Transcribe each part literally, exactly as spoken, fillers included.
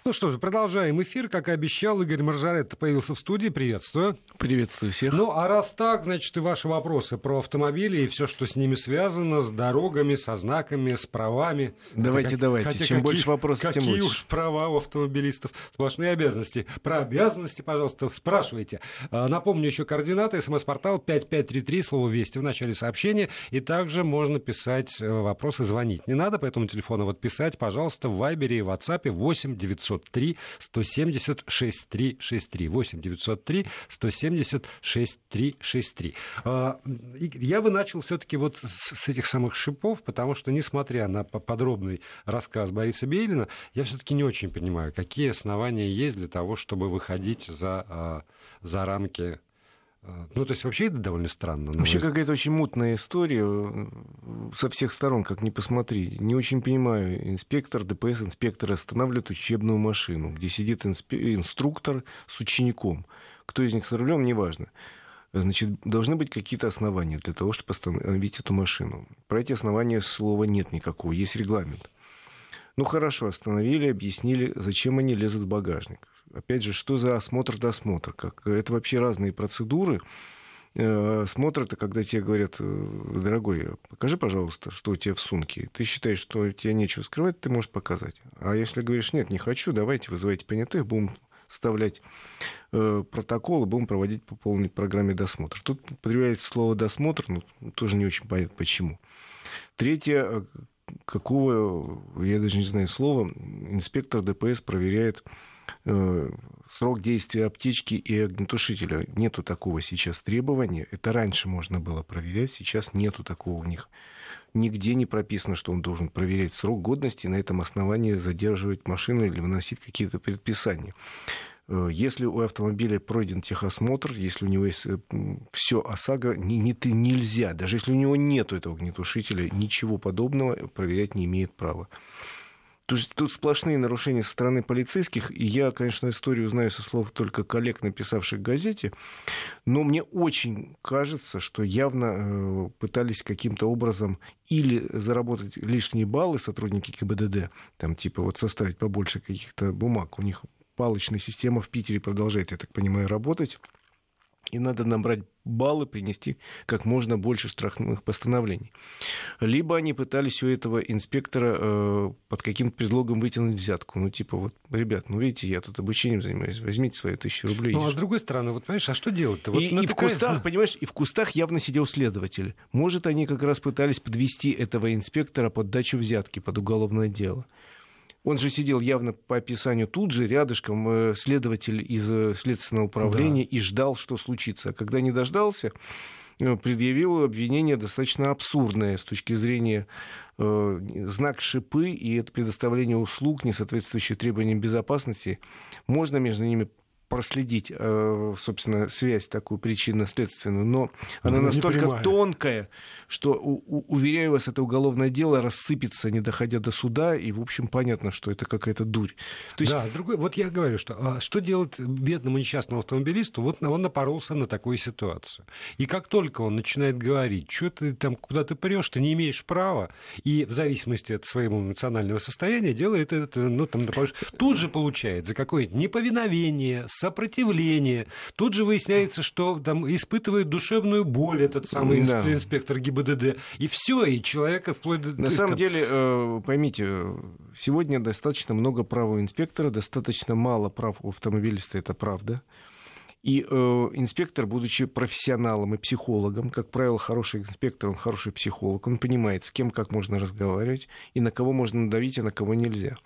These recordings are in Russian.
Ну что же, продолжаем эфир. Как и обещал, Игорь Маржаретто появился в студии. Приветствую. Приветствую всех. Ну, а раз так, значит, и ваши вопросы про автомобили и все, что с ними связано, с дорогами, со знаками, с правами. Давайте, хотя, давайте. Хотя Чем какие, больше вопросов, тем лучше. Какие уж права у автомобилистов. Сплошные обязанности. Про обязанности, пожалуйста, спрашивайте. Напомню еще координаты. СМС-портал пять пять три три, слово «Вести» в начале сообщения. И также можно писать вопросы, звонить. Не надо по этому телефону вот писать, пожалуйста, в Вайбере и в WhatsApp восемь девятьсот три сто семьдесят шестьдесят три шестьдесят три. восемь девятьсот три сто семьдесят шестьдесят три шестьдесят три. Я бы начал все-таки вот с этих самых шипов, потому что, несмотря на подробный рассказ Бориса Бейлина, я все-таки не очень понимаю, какие основания есть для того, чтобы выходить за, за рамки. Ну, то есть, вообще это довольно странно. Вообще какая-то очень мутная история со всех сторон, как ни посмотри. Не очень понимаю, инспектор ДПС, инспектор останавливает учебную машину, где сидит инспе- инструктор с учеником. Кто из них с рулем, неважно. Значит, должны быть какие-то основания для того, чтобы остановить эту машину. Про эти основания слова нет никакого, есть регламент. Ну, хорошо, остановили, объяснили, зачем они лезут в багажник. Опять же, что за осмотр-досмотр? Как... Это вообще разные процедуры. Осмотр — это когда тебе говорят: дорогой, покажи, пожалуйста, что у тебя в сумке. Ты считаешь, что у тебя нечего скрывать, ты можешь показать. А если говоришь: нет, не хочу, давайте вызывайте понятых, будем вставлять протоколы, будем проводить по полной программе досмотр. Тут появляется слово «досмотр», но тоже не очень понятно, почему. Третье. Какого, я даже не знаю слова, инспектор ДПС проверяет э, срок действия аптечки и огнетушителя. Нету такого сейчас требования. Это раньше можно было проверять, сейчас нету такого у них. Нигде не прописано, что он должен проверять срок годности и на этом основании задерживать машину или выносить какие-то предписания. Если у автомобиля пройден техосмотр, если у него есть все ОСАГО, не, не, нельзя, даже если у него нет этого огнетушителя, ничего подобного проверять не имеет права. То есть тут сплошные нарушения со стороны полицейских, и я, конечно, историю знаю со слов только коллег, написавших в газете, но мне очень кажется, что явно пытались каким-то образом или заработать лишние баллы сотрудники ГИБДД, там типа вот составить побольше каких-то бумаг, у них палочная система в Питере продолжает, я так понимаю, работать. И надо набрать баллы, принести как можно больше штрафных постановлений. Либо они пытались у этого инспектора э, под каким-то предлогом вытянуть взятку. Ну, типа, вот, ребят, ну, видите, я тут обучением занимаюсь, возьмите свои тысячи рублей. Ну, а с другой стороны, вот, понимаешь, а что делать-то? Вот и, и в кустах, понимаешь, и в кустах явно сидел следователь. Может, они как раз пытались подвести этого инспектора под дачу взятки, под уголовное дело. Он же сидел явно по описанию тут же, рядышком, следователь из следственного управления, да, и ждал, что случится. А когда не дождался, предъявил обвинение достаточно абсурдное с точки зрения э, знак шипы, и это предоставление услуг, не соответствующих требованиям безопасности. Можно между ними проследить, собственно, связь такую причинно-следственную, но она ну, настолько тонкая, что, у, уверяю вас, это уголовное дело рассыпется, не доходя до суда, и, в общем, понятно, что это какая-то дурь. То есть... Да, другой, вот я говорю, что а что делать бедному несчастному автомобилисту? Вот он напоролся на такую ситуацию. И как только он начинает говорить, что ты там, куда ты прешь, ты не имеешь права, и в зависимости от своего эмоционального состояния делает это, ну, там, тут же получает за какое-то неповиновение, сопротивление. Тут же выясняется, что там испытывает душевную боль этот самый да. инспектор ГИБДД. И все, и человека вплоть до... На самом там... деле, поймите, сегодня достаточно много прав у инспектора, достаточно мало прав у автомобилиста, это правда. И э, инспектор, будучи профессионалом и психологом, как правило, хороший инспектор, он хороший психолог, он понимает, с кем как можно разговаривать, и на кого можно надавить, а на кого нельзя.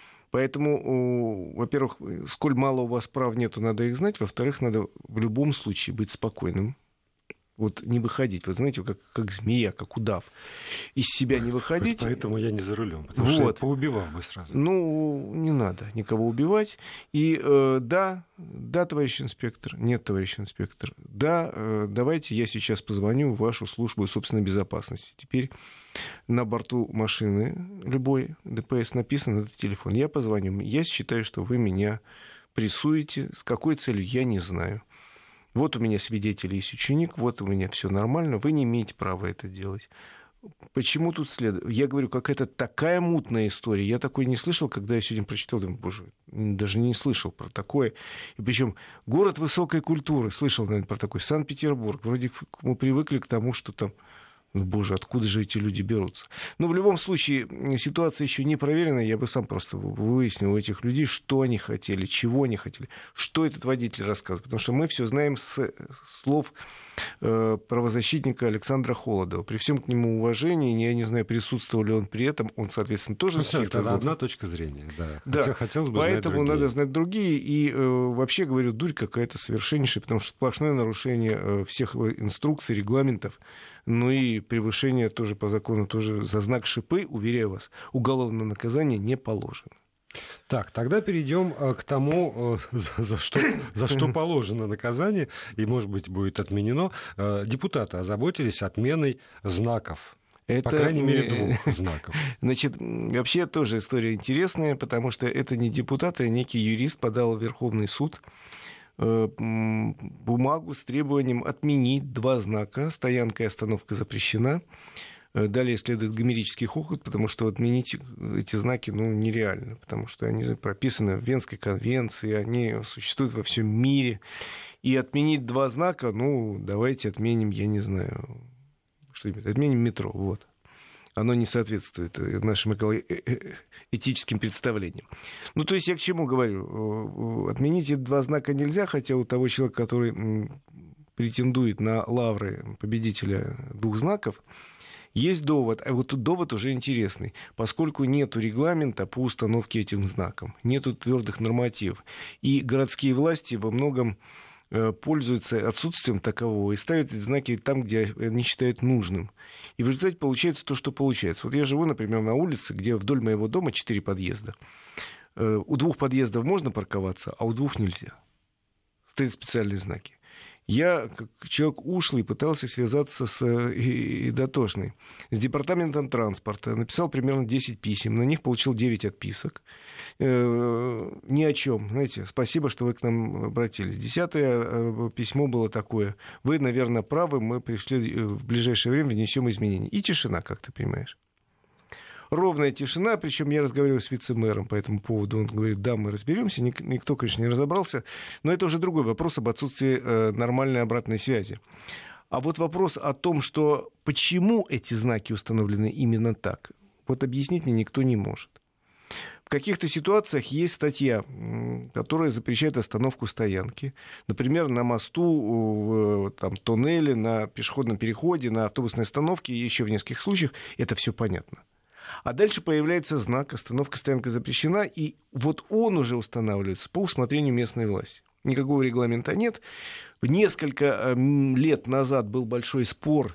Поэтому, во-первых, сколь мало у вас прав нету, надо их знать. Во-вторых, надо в любом случае быть спокойным. Вот не выходить, вот знаете, как, как змея, как удав. Из себя не выходить. Поэтому я не за рулем, потому вот. что я поубивал бы сразу. Ну, не надо никого убивать. И э, да, да, товарищ инспектор, нет, товарищ инспектор, да, э, давайте я сейчас позвоню в вашу службу собственной безопасности. Теперь на борту машины любой ДПС написан этот телефон. Я позвоню, я считаю, что вы меня прессуете. С какой целью, я не знаю. Вот у меня свидетель есть ученик, вот у меня все нормально, вы не имеете права это делать. Почему тут следует? Я говорю, какая-то такая мутная история. Я такой не слышал, когда я сегодня прочитал. Думаю, боже, даже не слышал про такое. И причем город высокой культуры. Слышал, наверное, про такой. Санкт-Петербург. Вроде мы привыкли к тому, что там... Ну, боже, откуда же эти люди берутся? Но в любом случае, ситуация еще не проверена. Я бы сам просто выяснил у этих людей, что они хотели, чего они хотели, что этот водитель рассказывает. Потому что мы все знаем с слов э, правозащитника Александра Холодова. При всем к нему уважении, я не знаю, присутствовал ли он при этом, он, соответственно, тоже... Ну, это одна точка зрения, да. Да. Хотя, хотелось бы поэтому знать надо знать другие. И э, вообще, говорю, дурь какая-то совершеннейшая, потому что сплошное нарушение э, всех инструкций, регламентов. Ну и превышение тоже по закону, тоже за знак шипы, уверяю вас, уголовное наказание не положено. Так, тогда перейдем к тому, за что, за что положено наказание, и, может быть, будет отменено. Депутаты озаботились отменой знаков. Это... По крайней мере, двух знаков. Значит, вообще тоже история интересная, потому что это не депутат, а некий юрист подал в Верховный суд бумагу с требованием отменить два знака. Стоянка и остановка запрещена. Далее следует гомерический хохот, потому что отменить эти знаки ну, нереально, потому что они прописаны в Венской конвенции, они существуют во всем мире. И отменить два знака, ну, давайте отменим, я не знаю, что-нибудь, отменим метро, вот. Оно не соответствует нашим этическим представлениям. Ну, то есть я к чему говорю? Отменить эти два знака нельзя, хотя у того человека, который претендует на лавры победителя двух знаков, есть довод. А вот тут довод уже интересный. Поскольку нет регламента по установке этих знаков, нет твердых нормативов, и городские власти во многом пользуются отсутствием такового и ставят эти знаки там, где они считают нужным. И в результате получается то, что получается. Вот я живу, например, на улице, где вдоль моего дома четыре подъезда. У двух подъездов можно парковаться, а у двух нельзя. Стоят специальные знаки. Я, как человек ушлый, пытался связаться с дотошной, с департаментом транспорта. Написал примерно десять писем. На них получил девять отписок. Э, ни о чем. Знаете, спасибо, что вы к нам обратились. Десятое письмо было такое. Вы, наверное, правы, мы в ближайшее время внесем изменения. И тишина, как ты понимаешь. Ровная тишина, причем я разговариваю с вице-мэром по этому поводу. Он говорит, да, мы разберемся. Никто, конечно, не разобрался. Но это уже другой вопрос об отсутствии э, нормальной обратной связи. А вот вопрос о том, что почему эти знаки установлены именно так, вот объяснить мне никто не может. В каких-то ситуациях есть статья, которая запрещает остановку стоянки. Например, на мосту, в там, тоннеле, на пешеходном переходе, на автобусной остановке и еще в нескольких случаях. Это все понятно. А дальше появляется знак «Остановка, стоянка запрещена», и вот он уже устанавливается по усмотрению местной власти. Никакого регламента нет. Несколько лет назад был большой спор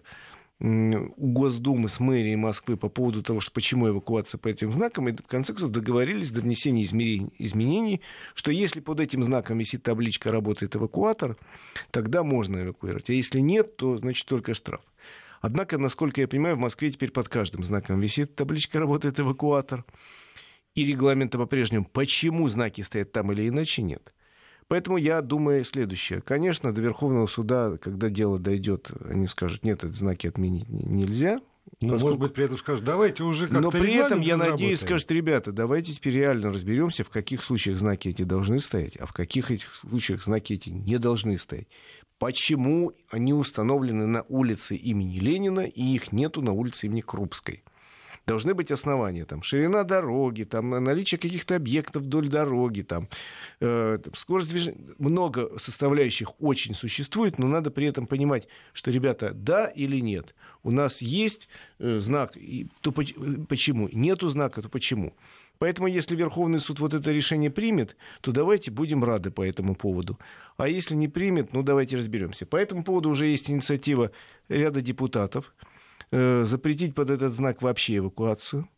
у Госдумы с мэрией Москвы по поводу того, что почему эвакуация по этим знакам, и в конце концов договорились до внесения изменений, что если под этим знаком висит табличка «Работает эвакуатор», тогда можно эвакуировать, а если нет, то, значит, только штраф. Однако, насколько я понимаю, в Москве теперь под каждым знаком висит табличка «Работает эвакуатор». И регламента по-прежнему, почему знаки стоят там или иначе, нет. Поэтому я думаю следующее. Конечно, до Верховного суда, когда дело дойдет, они скажут, нет, эти знаки отменить нельзя. Но, поскольку... может быть, при этом скажут, давайте уже как-то... Но при этом, я надеюсь, скажут, ребята, давайте теперь реально разберемся, в каких случаях знаки эти должны стоять, а в каких этих случаях знаки эти не должны стоять. Почему они установлены на улице имени Ленина, и их нету на улице имени Крупской? Должны быть основания, там, ширина дороги, там, наличие каких-то объектов вдоль дороги, там, э, скорость движения. Много составляющих очень существует, но надо при этом понимать, что, ребята, да или нет. У нас есть э, знак, и, то почему? Нету знака, то почему? Поэтому, если Верховный суд вот это решение примет, то давайте будем рады по этому поводу. А если не примет, ну давайте разберемся. По этому поводу уже есть инициатива ряда депутатов э, запретить под этот знак вообще эвакуацию,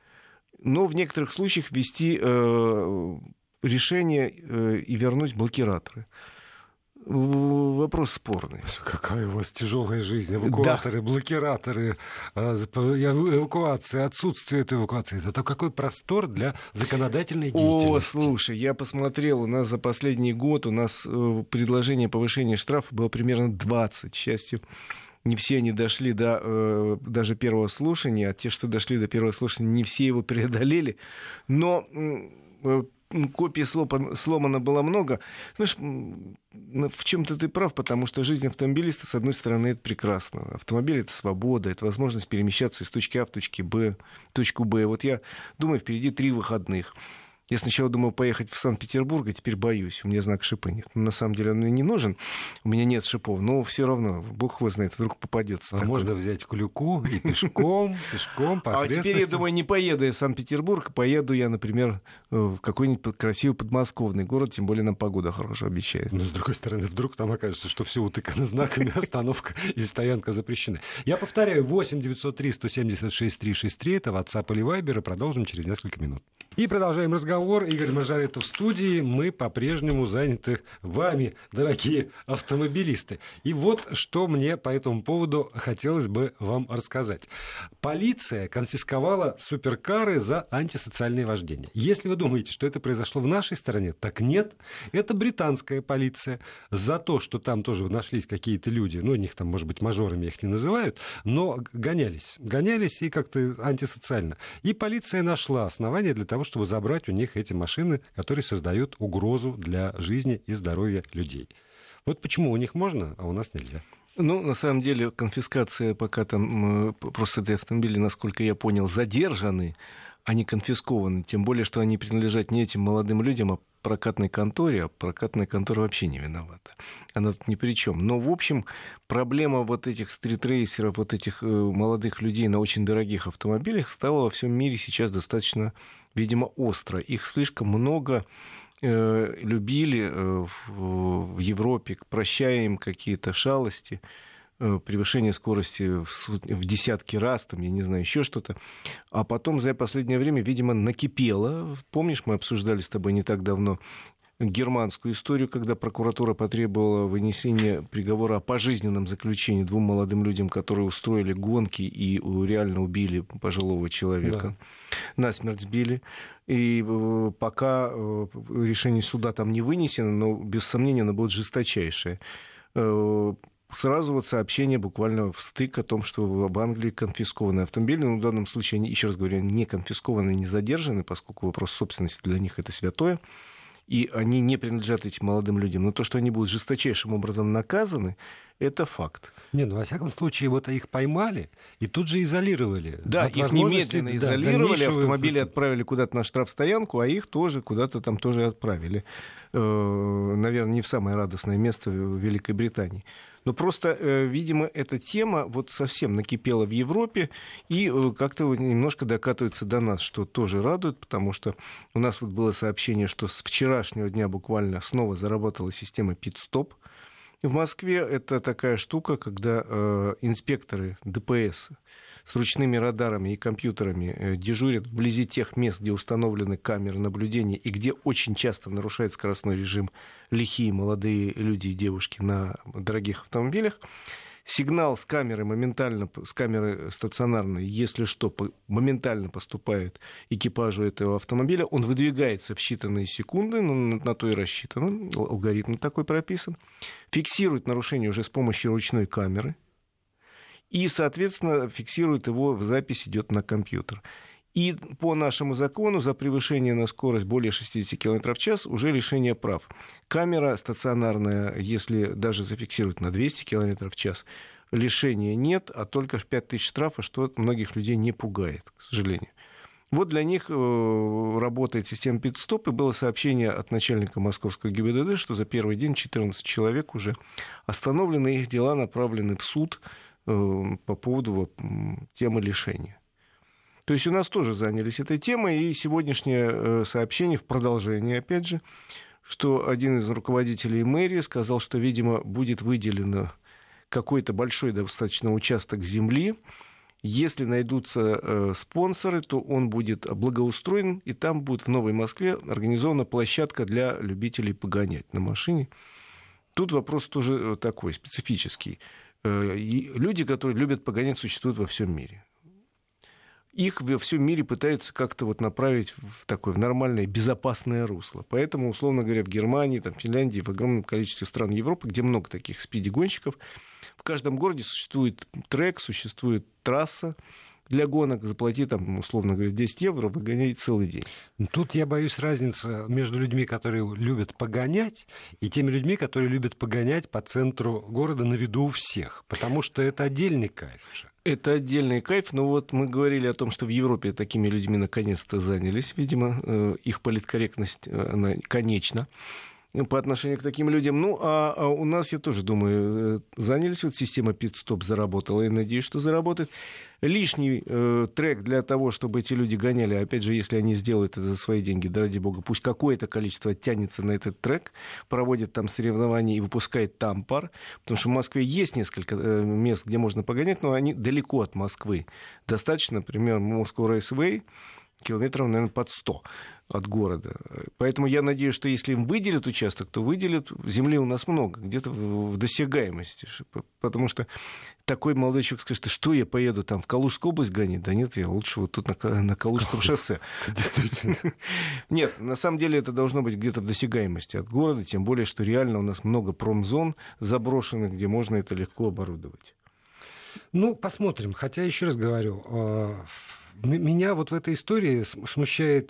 но в некоторых случаях ввести э, решение э, и вернуть блокираторы. Вопрос спорный. Какая у вас тяжелая жизнь. Эвакуаторы, да. Блокираторы, эвакуация, отсутствие этой эвакуации. Зато какой простор для законодательной деятельности. О, слушай, я посмотрел, у нас за последний год у нас предложение повышения штрафа было примерно двадцать. К счастью, не все они дошли до э, даже первого слушания, а те, что дошли до первого слушания, не все его преодолели. Но э, копий сломано было много. Знаешь, в чем-то ты прав, потому что жизнь автомобилиста, с одной стороны, это прекрасно. Автомобиль — это свобода, это возможность перемещаться из точки А в точке Б, точку Б. Вот я думаю, впереди три выходных. Я сначала думал поехать в Санкт-Петербург, а теперь боюсь. У меня знак шипа нет. На самом деле он мне не нужен. У меня нет шипов, но все равно, бог его знает, вдруг попадется. А такой. Можно взять клюку и пешком, пешком по окрестностям. А теперь я думаю, не поеду я в Санкт-Петербург, поеду я, например, в какой-нибудь красивый подмосковный город, тем более нам погода хорошая обещает. Но, с другой стороны, вдруг там окажется, что все утыкано знаками, остановка и стоянка запрещены. Я повторяю, восемь девятьсот три сто семьдесят шесть триста шестьдесят три, это WhatsApp или Viber, и продолжим через несколько минут. И продолжаем разговор. Игорь Маржаретов в студии. Мы по-прежнему заняты вами, дорогие автомобилисты. И вот что мне по этому поводу хотелось бы вам рассказать. Полиция конфисковала суперкары за антисоциальное вождение. Если вы думаете, что это произошло в нашей стране, так нет. Это британская полиция. За то, что там тоже нашлись какие-то люди, ну, у них там, может быть, мажорами их не называют, но гонялись. Гонялись и как-то антисоциально. И полиция нашла основания для того, чтобы забрать у них эти машины, которые создают угрозу для жизни и здоровья людей. Вот почему у них можно, а у нас нельзя. Ну, на самом деле, конфискация пока там, просто эти автомобили, насколько я понял, задержаны, а не конфискованы. Тем более, что они принадлежат не этим молодым людям, а прокатной конторе, а прокатная контора вообще не виновата. Она тут ни при чем. Но, в общем, проблема вот этих стритрейсеров, вот этих молодых людей на очень дорогих автомобилях стала во всем мире сейчас достаточно, видимо, остро. Их слишком много э, любили э, в, в Европе, прощая им какие-то шалости, превышение скорости в, в десятки раз, там, я не знаю, еще что-то. А потом за последнее время, видимо, накипело. Помнишь, мы обсуждали с тобой не так давно германскую историю, когда прокуратура потребовала вынесения приговора о пожизненном заключении двум молодым людям, которые устроили гонки и реально убили пожилого человека. Да. Насмерть сбили. И пока решение суда там не вынесено, но без сомнения оно будет жесточайшее. Сразу вот сообщение буквально в стык о том, что в Англии конфискованы автомобили. Но в данном случае они, еще раз говорю, не конфискованы, не задержаны, поскольку вопрос собственности для них это святое. И они не принадлежат этим молодым людям. Но то, что они будут жесточайшим образом наказаны, это факт. Не, ну, во всяком случае, вот их поймали и тут же изолировали. Да, их немедленно да, изолировали, дальнейшего... автомобили отправили куда-то на штрафстоянку, а их тоже куда-то там тоже отправили. Наверное, не в самое радостное место в Великой Британии. Но просто, видимо, эта тема вот совсем накипела в Европе и как-то немножко докатывается до нас, что тоже радует, потому что у нас вот было сообщение, что с вчерашнего дня буквально снова заработала система пит-стоп. В Москве это такая штука, когда э, инспекторы ДПС с ручными радарами и компьютерами э, дежурят вблизи тех мест, где установлены камеры наблюдения и где очень часто нарушает скоростной режим лихие молодые люди и девушки на дорогих автомобилях. Сигнал с камеры моментально, с камеры стационарной, если что, моментально поступает экипажу этого автомобиля. Он выдвигается в считанные секунды, ну, на то и рассчитано, алгоритм такой прописан. Фиксирует нарушение уже с помощью ручной камеры. И, соответственно, фиксирует его, в запись идет на компьютер. И по нашему закону за превышение на скорость более шестьдесят километров в час уже лишение прав. Камера стационарная, если даже зафиксирует на двести километров в час, лишения нет, а только пять тысяч штрафа, что многих людей не пугает, к сожалению. Вот для них работает система пит-стоп, и было сообщение от начальника московского ГИБДД, что за первый день четырнадцать человек уже остановлены, их дела направлены в суд по поводу темы лишения. То есть у нас тоже занялись этой темой, и сегодняшнее сообщение в продолжении, опять же, что один из руководителей мэрии сказал, что, видимо, будет выделено какой-то большой достаточно участок земли. Если найдутся спонсоры, то он будет благоустроен, и там будет в Новой Москве организована площадка для любителей погонять на машине. Тут вопрос тоже такой, специфический. Люди, которые любят погонять, существуют во всем мире. Их во всем мире пытаются как-то вот направить в такое в нормальное, безопасное русло. Поэтому, условно говоря, в Германии, там, в Финляндии, в огромном количестве стран Европы, где много таких спиди-гонщиков, В каждом городе существует трек, существует трасса для гонок, заплати там, условно говоря, десять евро, выгоняй целый день. Тут я боюсь разница между людьми, которые любят погонять, и теми людьми, которые любят погонять по центру города на виду у всех, потому что это отдельный кайф же. Это отдельный кайф, но вот мы говорили о том, что в Европе такими людьми наконец-то занялись, видимо, их политкорректность, она конечна по отношению к таким людям. Ну, а, а у нас, я тоже думаю, занялись, вот система пит-стоп заработала, и надеюсь, что заработает. Лишний э, трек для того, чтобы эти люди гоняли, опять же, если они сделают это за свои деньги, да ради бога, пусть какое-то количество оттянется на этот трек, проводит там соревнования и выпускает там пар, потому что в Москве есть несколько э, мест, где можно погонять, но они далеко от Москвы. Достаточно, например, Moscow Raceway, километров, наверное, под сто от города. Поэтому я надеюсь, что если им выделят участок, то выделят. Земли у нас много, где-то в досягаемости. Потому что такой молодой человек скажет, что я поеду там в Калужскую область гонить? Да нет, я лучше вот тут на, на Калужском шоссе. Действительно. Нет, на самом деле это должно быть где-то в досягаемости от города, тем более, что реально у нас много промзон заброшенных, где можно это легко оборудовать. Ну, посмотрим. Хотя, еще раз говорю, меня вот в этой истории смущает...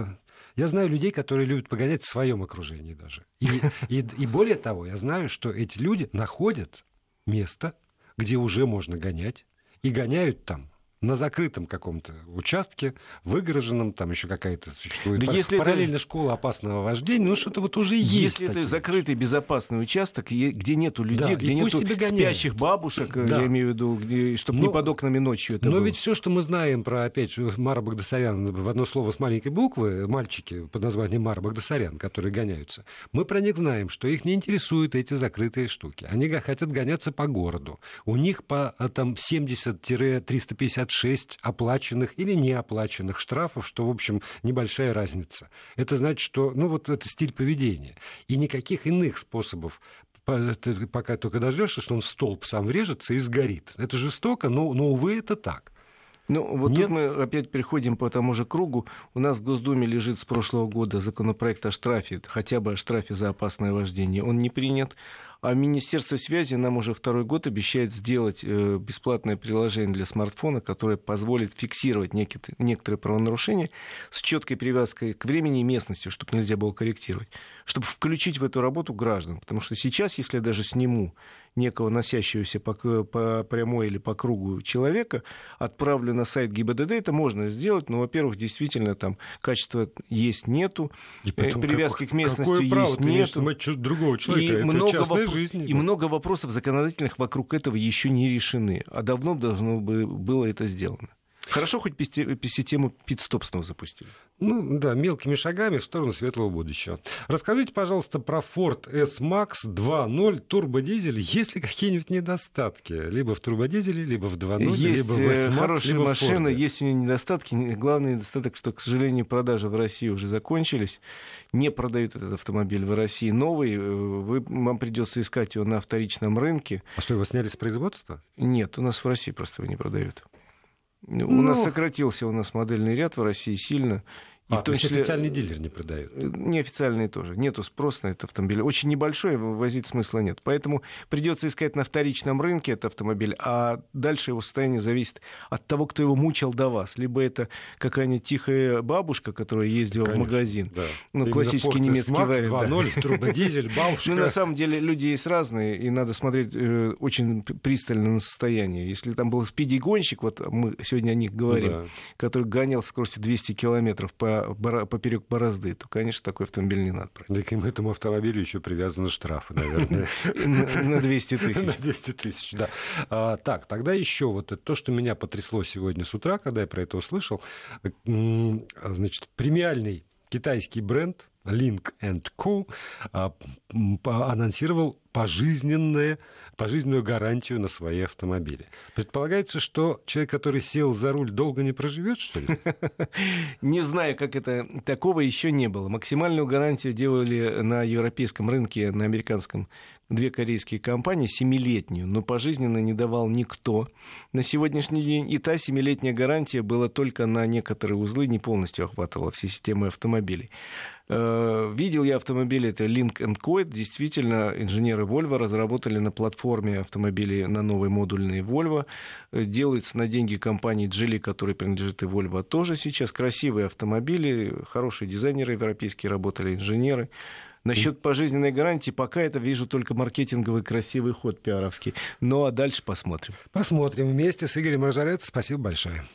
Я знаю людей, которые любят погонять в своем окружении даже. И, и, и более того, я знаю, что эти люди находят место, где уже можно гонять, и гоняют там на закрытом каком-то участке, выгороженном, там еще какая-то существует да пар- если параллельно это... школа опасного вождения, ну что-то вот уже есть. Если такие. это закрытый безопасный участок, где нету людей, Да, где нету спящих бабушек, да. я имею в виду, где, чтобы но, не под окнами ночью это Но было. ведь все, что мы знаем про, опять, Мара Багдасарян в одно слово с маленькой буквы, мальчики под названием Мара Багдасарян, которые гоняются, мы про них знаем, что их не интересуют эти закрытые штуки. Они хотят гоняться по городу. У них по там, семьдесят триста пятьдесят шесть оплаченных или неоплаченных штрафов, что, в общем, небольшая разница. Это значит, что, ну, вот это стиль поведения. И никаких иных способов, ты пока только дождешься, что он в столб сам врежется и сгорит. Это жестоко, но, но увы, это так. Ну, вот Нет. тут мы опять переходим по тому же кругу. У нас в Госдуме лежит с прошлого года законопроект о штрафе, хотя бы о штрафе за опасное вождение. Он не принят. А Министерство связи нам уже второй год обещает сделать бесплатное приложение для смартфона, которое позволит фиксировать некоторые правонарушения с четкой привязкой к времени и местности, чтобы нельзя было корректировать, чтобы включить в эту работу граждан. Потому что сейчас, если я даже сниму некого носящегося по, по прямой или по кругу человека, отправлю на сайт ГИБДД, это можно сделать, но, во-первых, действительно там качества есть, нету, потом, привязки как, к местности есть, нету. Другого человека, и, это много частная воп... жизнь, и много вопросов законодательных вокруг этого еще не решены, а давно должно бы было это сделано. Хорошо, хоть систему пит-стоп снова запустили. Ну, да, мелкими шагами в сторону светлого будущего. Расскажите, пожалуйста, про Ford S-Max два ноль турбодизель. Есть ли какие-нибудь недостатки? Либо в турбодизеле, либо в два ноль, есть либо в S-Max, хорошая либо машина, в Ford. есть у нее недостатки. Главный недостаток, что, к сожалению, продажи в России уже закончились. Не продают этот автомобиль в России новый. Вы, вам придется искать его на вторичном рынке. А что, его сняли с производства? Нет, у нас в России просто его не продают. У ну... нас сократился у нас модельный ряд в России сильно. И а, в том то числе официальный дилер не продает? Неофициальные тоже. Нету спроса на этот автомобиль. Очень небольшой, возить смысла нет. Поэтому придется искать на вторичном рынке этот автомобиль, а дальше его состояние зависит от того, кто его мучил до вас. Либо это какая-нибудь тихая бабушка, которая ездила Конечно, в магазин. Да. Ну, классический немецкий вариант. два ноль, да. Турбодизель, бабушка. Ну, на самом деле, люди есть разные, и надо смотреть э, очень пристально на состояние. Если там был спиди-гонщик, вот мы сегодня о них говорим, да. который гонял с скоростью двести километров по поперек борозды, то, конечно, такой автомобиль не надо брать. Да, к этому автомобилю еще привязаны штрафы, наверное. На двести тысяч. На двести тысяч, да. Так, тогда еще вот то, что меня потрясло сегодня с утра, когда я про это услышал. Значит, премиальный китайский бренд Link энд Co анонсировал пожизненное, пожизненную гарантию на свои автомобили. Предполагается, что человек, который сел за руль, долго не проживет, что ли? Не знаю, как это. Такого еще не было. Максимальную гарантию делали на европейском рынке, на американском, две корейские компании, семилетнюю, но пожизненно не давал никто на сегодняшний день. И та семилетняя гарантия была только на некоторые узлы, не полностью охватывала все системы автомобилей. Видел я автомобиль, это Lynk энд Co. Действительно, инженеры Volvo разработали на платформе автомобилей на новой модульной Volvo. Делается на деньги компании Geely, которой принадлежит и Volvo тоже сейчас. Красивые автомобили, хорошие дизайнеры европейские работали, инженеры. Насчет пожизненной гарантии пока это вижу только маркетинговый красивый ход пиаровский. Ну а дальше посмотрим. Посмотрим вместе с Игорем Маржарет. Спасибо большое.